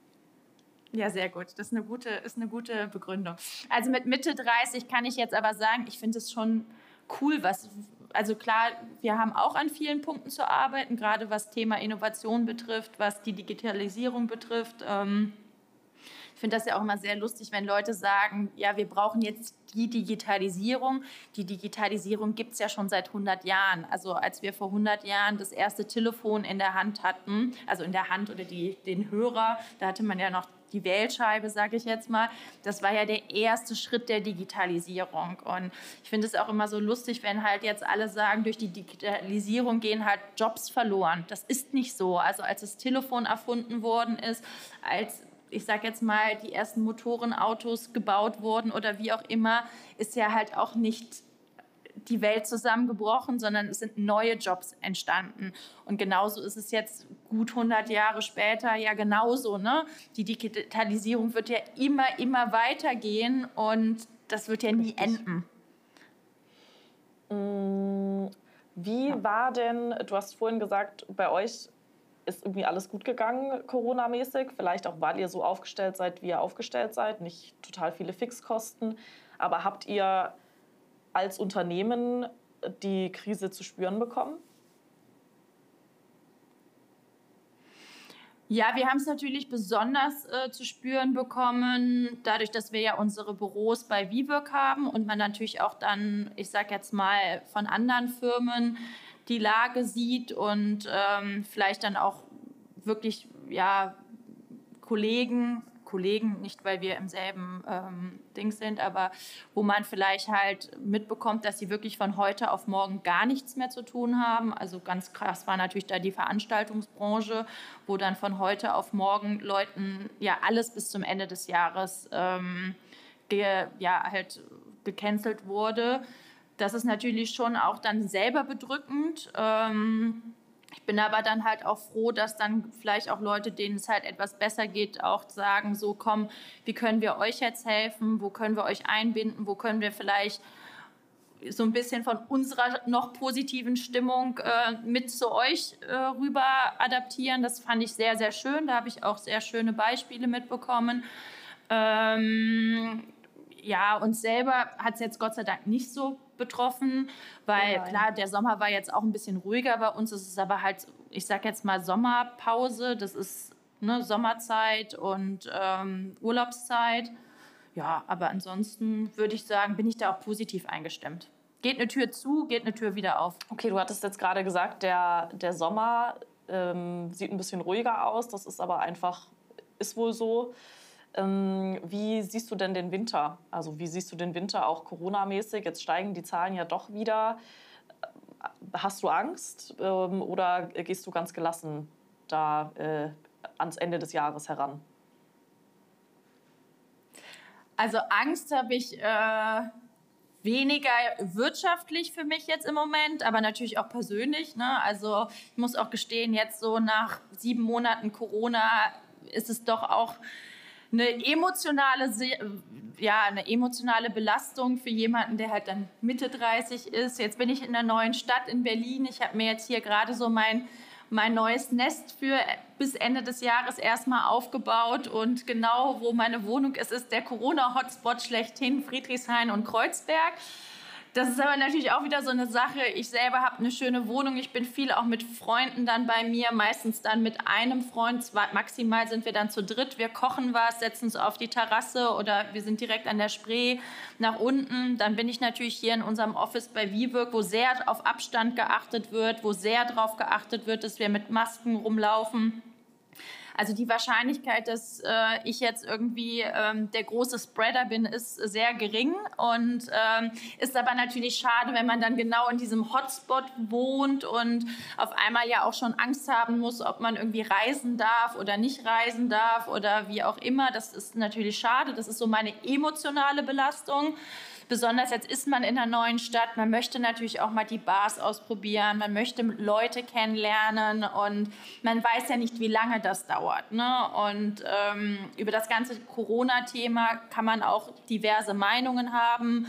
Ja, sehr gut. Das ist eine gute, ist eine gute Begründung. Also mit Mitte dreißig kann ich jetzt aber sagen, ich finde es schon cool, was, also klar, wir haben auch an vielen Punkten zu arbeiten, gerade was Thema Innovation betrifft, was die Digitalisierung betrifft. Ähm, ich finde das ja auch immer sehr lustig, wenn Leute sagen, ja, wir brauchen jetzt die Digitalisierung. Die Digitalisierung gibt es ja schon seit hundert Jahren. Also als wir vor hundert Jahren das erste Telefon in der Hand hatten, also in der Hand oder die, den Hörer, da hatte man ja noch die Wählscheibe, sage ich jetzt mal, das war ja der erste Schritt der Digitalisierung. Und ich finde es auch immer so lustig, wenn halt jetzt alle sagen, durch die Digitalisierung gehen halt Jobs verloren. Das ist nicht so. Also als das Telefon erfunden worden ist, als ich sage jetzt mal, die ersten Motorenautos gebaut wurden oder wie auch immer, ist ja halt auch nicht die Welt zusammengebrochen, sondern es sind neue Jobs entstanden. Und genauso ist es jetzt gut hundert Jahre später ja genauso. Ne? Die Digitalisierung wird ja immer, immer weitergehen und das wird ja nie enden. Wie war denn, du hast vorhin gesagt, bei euch ist irgendwie alles gut gegangen, Corona-mäßig. Vielleicht auch, weil ihr so aufgestellt seid, wie ihr aufgestellt seid. Nicht total viele Fixkosten. Aber habt ihr als Unternehmen die Krise zu spüren bekommen? Ja, wir haben es natürlich besonders äh, zu spüren bekommen, dadurch, dass wir ja unsere Büros bei WeWork haben und man natürlich auch dann, ich sage jetzt mal, von anderen Firmen die Lage sieht und ähm, vielleicht dann auch wirklich ja, Kollegen, Kollegen, nicht weil wir im selben ähm, Ding sind, aber wo man vielleicht halt mitbekommt, dass sie wirklich von heute auf morgen gar nichts mehr zu tun haben. Also ganz krass war natürlich da die Veranstaltungsbranche, wo dann von heute auf morgen Leuten ja alles bis zum Ende des Jahres ähm, ge, ja, halt gecancelt wurde. Das ist natürlich schon auch dann selber bedrückend. Ähm, ich bin aber dann halt auch froh, dass dann vielleicht auch Leute, denen es halt etwas besser geht, auch sagen, so komm, wie können wir euch jetzt helfen? Wo können wir euch einbinden? Wo können wir vielleicht so ein bisschen von unserer noch positiven Stimmung äh, mit zu euch äh, rüber adaptieren? Das fand ich sehr, sehr schön. Da habe ich auch sehr schöne Beispiele mitbekommen. Ähm, ja, uns selber hat es jetzt Gott sei Dank nicht so betroffen, weil ja, klar, der Sommer war jetzt auch ein bisschen ruhiger bei uns. Es ist aber halt, ich sag jetzt mal Sommerpause, das ist ne, Sommerzeit und ähm, Urlaubszeit. Ja, aber ansonsten würde ich sagen, bin ich da auch positiv eingestimmt. Geht eine Tür zu, geht eine Tür wieder auf. Okay, du hattest jetzt gerade gesagt, der, der Sommer ähm, sieht ein bisschen ruhiger aus. Das ist aber einfach, ist wohl so. Ähm, wie siehst du denn den Winter? Also wie siehst du den Winter auch Corona-mäßig? Jetzt steigen die Zahlen ja doch wieder. Hast du Angst ähm, oder gehst du ganz gelassen da äh, ans Ende des Jahres heran? Also Angst habe ich äh, weniger wirtschaftlich für mich jetzt im Moment, aber natürlich auch persönlich. Ne? Also ich muss auch gestehen, jetzt so nach sieben Monaten Corona ist es doch auch eine emotionale, ja, eine emotionale Belastung für jemanden, der halt dann Mitte dreißig ist. Jetzt bin ich in einer neuen Stadt in Berlin. Ich habe mir jetzt hier gerade so mein, mein neues Nest für bis Ende des Jahres erstmal aufgebaut. Und genau, wo meine Wohnung ist, ist der Corona-Hotspot schlechthin, Friedrichshain und Kreuzberg. Das ist aber natürlich auch wieder so eine Sache. Ich selber habe eine schöne Wohnung. Ich bin viel auch mit Freunden dann bei mir, meistens dann mit einem Freund. Zwei, maximal sind wir dann zu dritt. Wir kochen was, setzen uns auf die Terrasse oder wir sind direkt an der Spree nach unten. Dann bin ich natürlich hier in unserem Office bei WeWork, wo sehr auf Abstand geachtet wird, wo sehr darauf geachtet wird, dass wir mit Masken rumlaufen. Also die Wahrscheinlichkeit, dass äh, ich jetzt irgendwie ähm, der große Spreader bin, ist sehr gering und ähm, ist aber natürlich schade, wenn man dann genau in diesem Hotspot wohnt und auf einmal ja auch schon Angst haben muss, ob man irgendwie reisen darf oder nicht reisen darf oder wie auch immer. Das ist natürlich schade. Das ist so meine emotionale Belastung. Besonders jetzt ist man in einer neuen Stadt, man möchte natürlich auch mal die Bars ausprobieren, man möchte Leute kennenlernen und man weiß ja nicht, wie lange das dauert. Ne? Und ähm, über das ganze Corona-Thema kann man auch diverse Meinungen haben.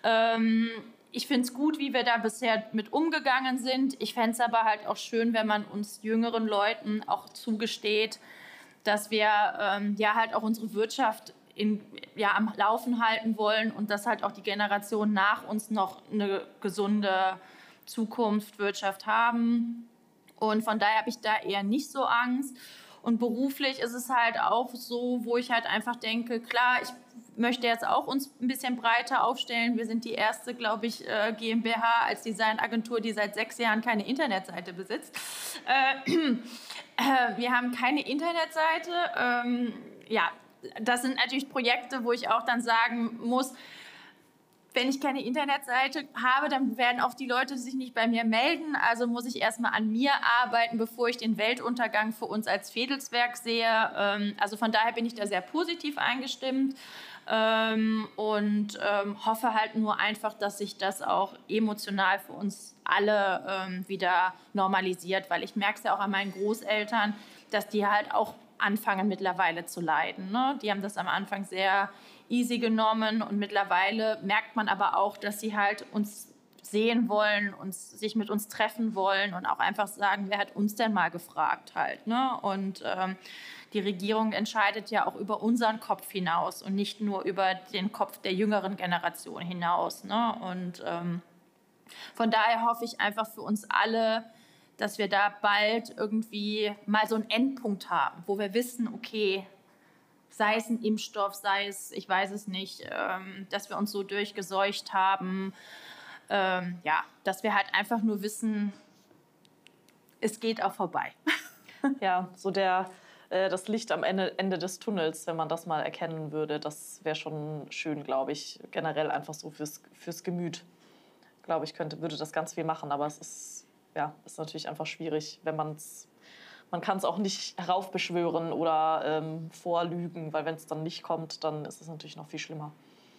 Ähm, ich finde es gut, wie wir da bisher mit umgegangen sind. Ich fände es aber halt auch schön, wenn man uns jüngeren Leuten auch zugesteht, dass wir ähm, ja halt auch unsere Wirtschaft In, ja, am Laufen halten wollen und dass halt auch die Generationen nach uns noch eine gesunde Zukunft, Wirtschaft haben. Und von daher habe ich da eher nicht so Angst. Und beruflich ist es halt auch so, wo ich halt einfach denke, klar, ich möchte jetzt auch uns ein bisschen breiter aufstellen. Wir sind die erste, glaube ich, GmbH als Designagentur, die seit sechs Jahren keine Internetseite besitzt. Wir haben keine Internetseite. Ja, das sind natürlich Projekte, wo ich auch dann sagen muss, wenn ich keine Internetseite habe, dann werden auch die Leute sich nicht bei mir melden. Also muss ich erstmal an mir arbeiten, bevor ich den Weltuntergang für uns als Fedelswerk sehe. Also von daher bin ich da sehr positiv eingestimmt und hoffe halt nur einfach, dass sich das auch emotional für uns alle wieder normalisiert, weil ich merke es ja auch an meinen Großeltern, dass die halt auch anfangen mittlerweile zu leiden. Ne? Die haben das am Anfang sehr easy genommen und mittlerweile merkt man aber auch, dass sie halt uns sehen wollen, uns, sich mit uns treffen wollen und auch einfach sagen, wer hat uns denn mal gefragt halt. Ne? Und ähm, die Regierung entscheidet ja auch über unseren Kopf hinaus und nicht nur über den Kopf der jüngeren Generation hinaus. Ne? Und ähm, von daher hoffe ich einfach für uns alle, dass wir da bald irgendwie mal so einen Endpunkt haben, wo wir wissen, okay, sei es ein Impfstoff, sei es, ich weiß es nicht, ähm, dass wir uns so durchgeseucht haben, ähm, ja, dass wir halt einfach nur wissen, es geht auch vorbei. Ja, so der, äh, das Licht am Ende, Ende des Tunnels, wenn man das mal erkennen würde, das wäre schon schön, glaube ich, generell einfach so fürs, fürs Gemüt. Glaube ich, könnte, würde das ganz viel machen, aber es ist Ja, ist natürlich einfach schwierig, wenn man es, man kann es auch nicht heraufbeschwören oder ähm, vorlügen, weil wenn es dann nicht kommt, dann ist es natürlich noch viel schlimmer.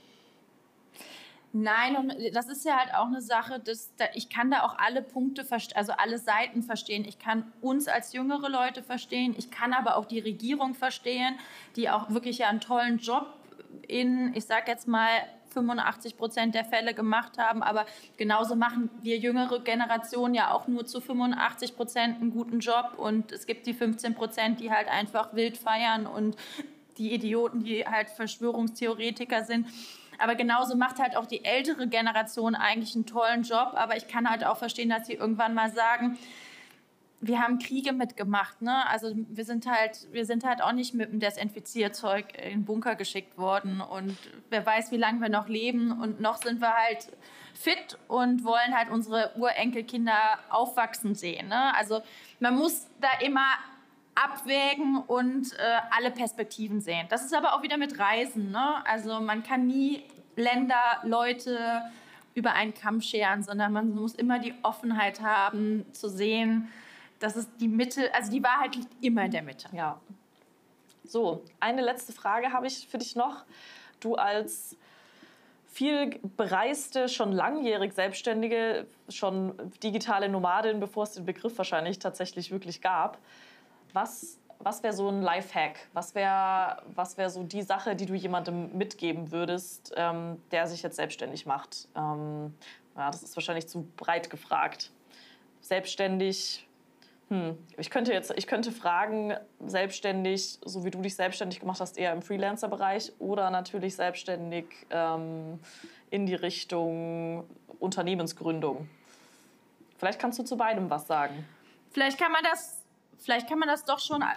Nein, und das ist ja halt auch eine Sache, dass da, ich kann da auch alle Punkte, also alle Seiten verstehen. Ich kann uns als jüngere Leute verstehen, ich kann aber auch die Regierung verstehen, die auch wirklich ja einen tollen Job in, ich sag jetzt mal, fünfundachtzig Prozent der Fälle gemacht haben, aber genauso machen wir jüngere Generationen ja auch nur zu fünfundachtzig Prozent einen guten Job und es gibt die fünfzehn Prozent, die halt einfach wild feiern und die Idioten, die halt Verschwörungstheoretiker sind. Aber genauso macht halt auch die ältere Generation eigentlich einen tollen Job, aber ich kann halt auch verstehen, dass sie irgendwann mal sagen, wir haben Kriege mitgemacht, ne? Also wir sind halt, wir sind halt auch nicht mit dem Desinfizierzeug in den Bunker geschickt worden und wer weiß, wie lange wir noch leben und noch sind wir halt fit und wollen halt unsere Urenkelkinder aufwachsen sehen, ne? Also man muss da immer abwägen und äh, alle Perspektiven sehen. Das ist aber auch wieder mit Reisen, ne? Also man kann nie Länder, Leute über einen Kamm scheren, sondern man muss immer die Offenheit haben, zu sehen, dass es die Mitte, also die Wahrheit liegt immer in der Mitte. Ja. So, eine letzte Frage habe ich für dich noch. Du als viel bereiste, schon langjährig Selbstständige, schon digitale Nomadin, bevor es den Begriff wahrscheinlich tatsächlich wirklich gab. Was, was wäre so ein Lifehack? Was wäre was wär so die Sache, die du jemandem mitgeben würdest, ähm, der sich jetzt selbstständig macht? Ähm, ja, das ist wahrscheinlich zu breit gefragt. Selbstständig, hm, ich könnte jetzt, ich könnte fragen, selbstständig, so wie du dich selbstständig gemacht hast, eher im Freelancer-Bereich oder natürlich selbstständig ähm, in die Richtung Unternehmensgründung. Vielleicht kannst du zu beidem was sagen. Vielleicht kann man das Vielleicht kann man das doch schon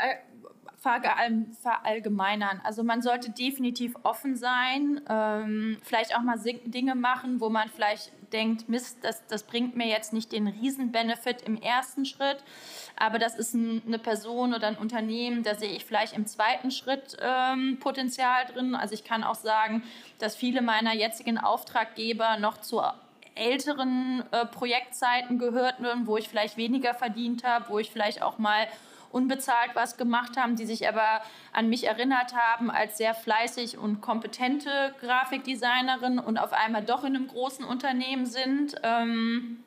verallgemeinern. Also man sollte definitiv offen sein, ähm, vielleicht auch mal Dinge machen, wo man vielleicht denkt, Mist, das, das bringt mir jetzt nicht den Riesen-Benefit im ersten Schritt, aber das ist ein, eine Person oder ein Unternehmen, da sehe ich vielleicht im zweiten Schritt ähm, Potenzial drin. Also ich kann auch sagen, dass viele meiner jetzigen Auftraggeber noch zur älteren äh, Projektzeiten gehörten, wo ich vielleicht weniger verdient habe, wo ich vielleicht auch mal unbezahlt was gemacht habe, die sich aber an mich erinnert haben als sehr fleißig und kompetente Grafikdesignerin und auf einmal doch in einem großen Unternehmen sind. Ähm,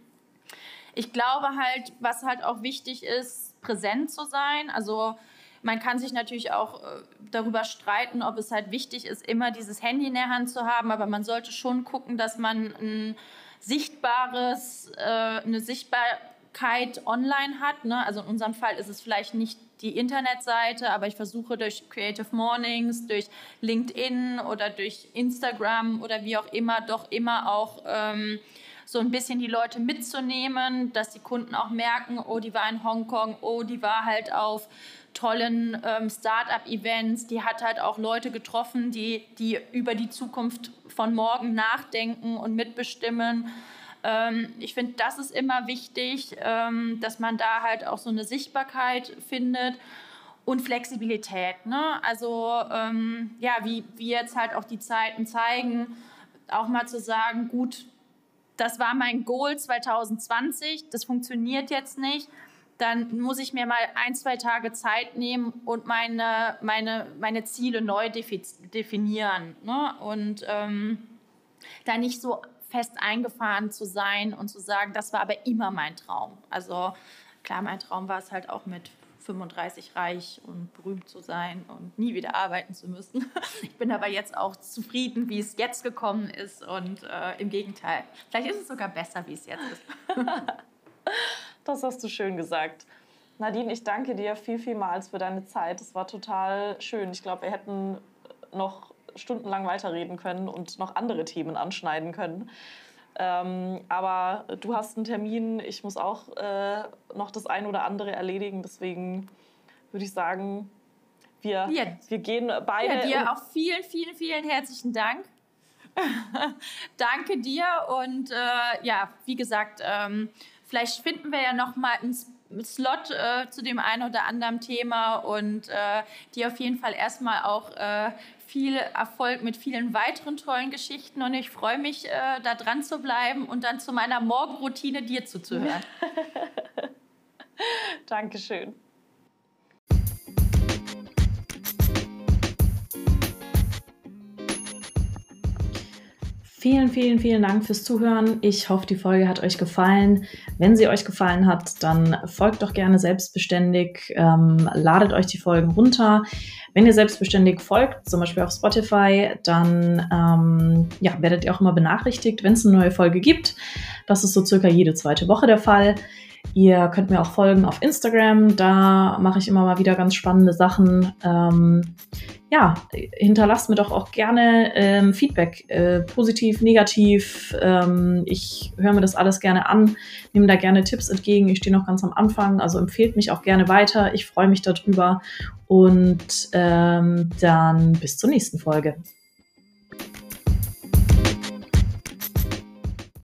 ich glaube halt, was halt auch wichtig ist, präsent zu sein. Also man kann sich natürlich auch äh, darüber streiten, ob es halt wichtig ist, immer dieses Handy in der Hand zu haben, aber man sollte schon gucken, dass man ein sichtbares, äh, eine Sichtbarkeit online hat. Ne? Also in unserem Fall ist es vielleicht nicht die Internetseite, aber ich versuche durch Creative Mornings, durch LinkedIn oder durch Instagram oder wie auch immer, doch immer auch ähm, so ein bisschen die Leute mitzunehmen, dass die Kunden auch merken, oh, die war in Hongkong, oh, die war halt auf tollen ähm, Start-up-Events, die hat halt auch Leute getroffen, die, die über die Zukunft von morgen nachdenken und mitbestimmen. Ähm, ich finde, das ist immer wichtig, ähm, dass man da halt auch so eine Sichtbarkeit findet und Flexibilität. Ne? Also ähm, ja, wie, wie jetzt halt auch die Zeiten zeigen, auch mal zu sagen, gut, das war mein Goal zwanzig zwanzig, das funktioniert jetzt nicht. Dann muss ich mir mal ein, zwei Tage Zeit nehmen und meine, meine, meine Ziele neu definieren. Ne? Und ähm, da nicht so fest eingefahren zu sein und zu sagen, das war aber immer mein Traum. Also klar, mein Traum war es halt auch mit fünfunddreißig reich und berühmt zu sein und nie wieder arbeiten zu müssen. Ich bin aber jetzt auch zufrieden, wie es jetzt gekommen ist und äh, im Gegenteil. Vielleicht ist es sogar besser, wie es jetzt ist. Das hast du schön gesagt. Nadine, ich danke dir viel, vielmals für deine Zeit. Es war total schön. Ich glaube, wir hätten noch stundenlang weiterreden können und noch andere Themen anschneiden können. Ähm, aber du hast einen Termin. Ich muss auch äh, noch das ein oder andere erledigen. Deswegen würde ich sagen, wir, ja. wir gehen beide... Ja, dir auch vielen, vielen, vielen herzlichen Dank. Danke dir und äh, ja, wie gesagt, ähm, vielleicht finden wir ja noch mal einen Slot äh, zu dem einen oder anderen Thema und äh, dir auf jeden Fall erstmal auch äh, viel Erfolg mit vielen weiteren tollen Geschichten und ich freue mich, äh, da dran zu bleiben und dann zu meiner Morgenroutine dir zuzuhören. Dankeschön. Vielen, vielen, vielen Dank fürs Zuhören. Ich hoffe, die Folge hat euch gefallen. Wenn sie euch gefallen hat, dann folgt doch gerne selbstbeständig, ähm, ladet euch die Folgen runter. Wenn ihr selbstbeständig folgt, zum Beispiel auf Spotify, dann ähm, ja, werdet ihr auch immer benachrichtigt, wenn es eine neue Folge gibt. Das ist so circa jede zweite Woche der Fall. Ihr könnt mir auch folgen auf Instagram, da mache ich immer mal wieder ganz spannende Sachen. Ähm, ja, hinterlasst mir doch auch gerne ähm, Feedback, äh, positiv, negativ. Ähm, ich höre mir das alles gerne an, nehme da gerne Tipps entgegen. Ich stehe noch ganz am Anfang, also empfehlt mich auch gerne weiter. Ich freue mich darüber und ähm, dann bis zur nächsten Folge.